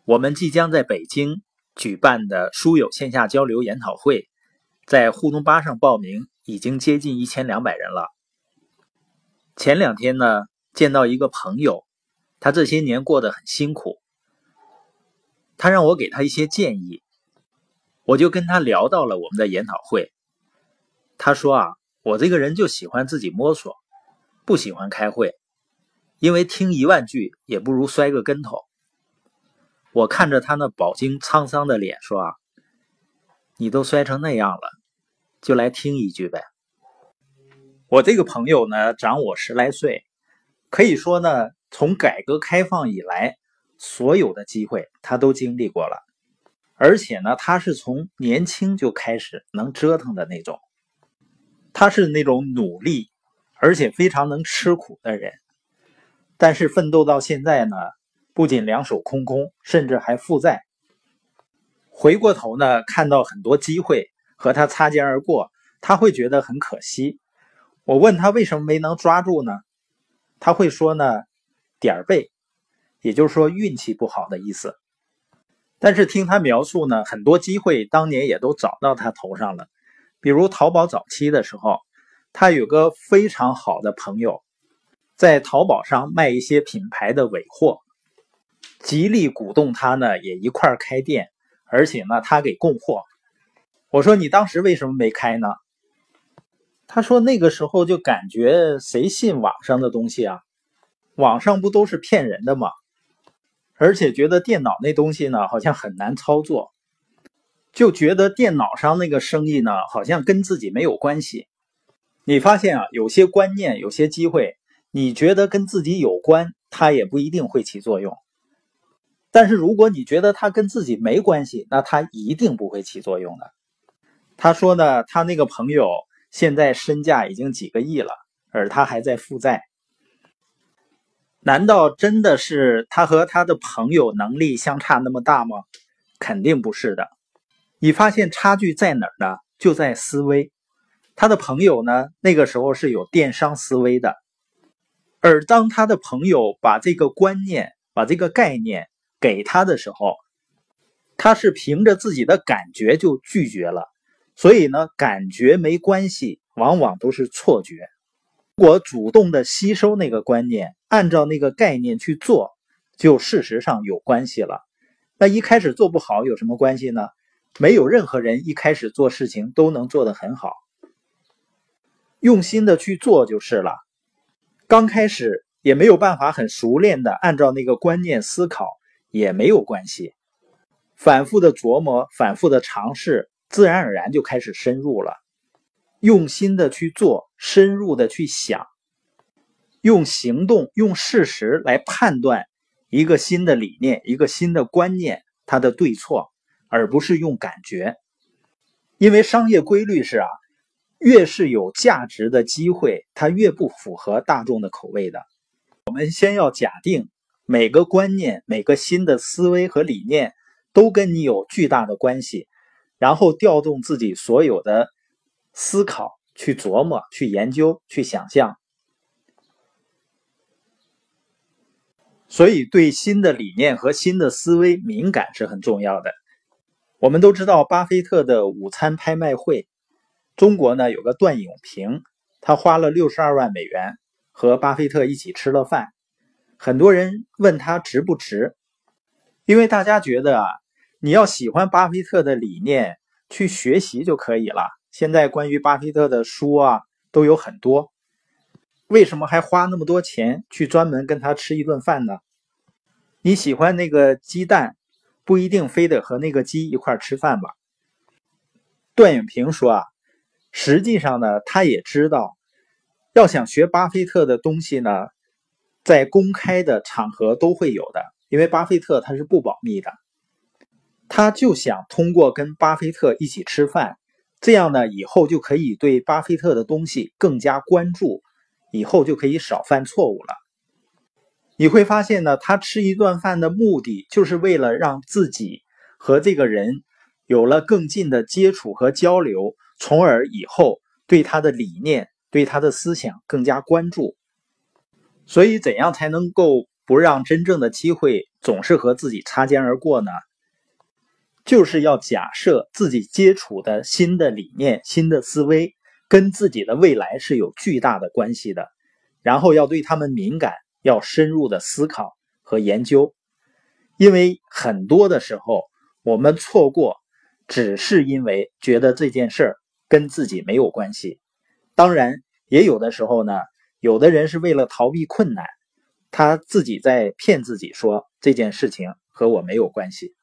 我们即将在北京举办的书友线下交流研讨会，在互动吧上报名已经接近1200人了。前2天呢，见到一个朋友，他这些年过得很辛苦，他让我给他一些建议，我就跟他聊到了我们的研讨会。他说我这个人就喜欢自己摸索，不喜欢开会，因为听1万句也不如摔个跟头。我看着他那饱经沧桑的脸说你都摔成那样了，就来听一句呗。我这个朋友呢，长我10来岁，可以说呢，从改革开放以来，所有的机会他都经历过了，而且呢，他是从年轻就开始能折腾的那种，他是那种努力而且非常能吃苦的人，但是奋斗到现在呢，不仅两手空空，甚至还负债。回过头呢，看到很多机会和他擦肩而过，他会觉得很可惜。我问他为什么没能抓住呢？他会说呢，点儿背，也就是说运气不好的意思。但是听他描述呢，很多机会当年也都找到他头上了。比如淘宝早期的时候，他有个非常好的朋友，在淘宝上卖一些品牌的尾货，极力鼓动他呢也一块开店，而且呢他给供货。我说你当时为什么没开呢？他说那个时候就感觉谁信网上的东西啊，网上不都是骗人的吗？而且觉得电脑那东西呢好像很难操作，就觉得电脑上那个生意呢好像跟自己没有关系。你发现有些观念有些机会你觉得跟自己有关，它也不一定会起作用，但是如果你觉得它跟自己没关系，那它一定不会起作用的。他说呢，他那个朋友现在身价已经几个亿了，而他还在负债。难道真的是他和他的朋友能力相差那么大吗？肯定不是的。你发现差距在哪儿呢？就在思维。他的朋友呢，那个时候是有电商思维的，而当他的朋友把这个观念、把这个概念给他的时候，他是凭着自己的感觉就拒绝了。所以呢，感觉没关系，往往都是错觉。如果主动的吸收那个观念，按照那个概念去做，就事实上有关系了。那一开始做不好有什么关系呢？没有任何人一开始做事情都能做得很好，用心的去做就是了。刚开始也没有办法很熟练的按照那个观念思考，也没有关系。反复的琢磨，反复的尝试，自然而然就开始深入了。用心的去做，深入的去想，用行动，用事实来判断一个新的理念，一个新的观念，它的对错，而不是用感觉。因为商业规律是越是有价值的机会，它越不符合大众的口味的。我们先要假定每个观念，每个新的思维和理念都跟你有巨大的关系，然后调动自己所有的思考，去琢磨，去研究，去想象。所以对新的理念和新的思维敏感是很重要的。我们都知道巴菲特的午餐拍卖会，中国呢有个段永平，他花了62万美元和巴菲特一起吃了饭。很多人问他值不值，因为大家觉得你要喜欢巴菲特的理念，去学习就可以了。现在关于巴菲特的书都有很多，为什么还花那么多钱去专门跟他吃一顿饭呢？你喜欢那个鸡蛋，不一定非得和那个鸡一块吃饭吧。段永平说实际上呢，他也知道要想学巴菲特的东西呢，在公开的场合都会有的，因为巴菲特他是不保密的。他就想通过跟巴菲特一起吃饭，这样呢，以后就可以对巴菲特的东西更加关注，以后就可以少犯错误了。你会发现呢，他吃一顿饭的目的就是为了让自己和这个人有了更近的接触和交流，从而以后对他的理念，对他的思想更加关注。所以怎样才能够不让真正的机会总是和自己擦肩而过呢？就是要假设自己接触的新的理念、新的思维跟自己的未来是有巨大的关系的，然后要对他们敏感，要深入的思考和研究。因为很多的时候我们错过只是因为觉得这件事跟自己没有关系。当然也有的时候呢，有的人是为了逃避困难，他自己在骗自己说这件事情和我没有关系。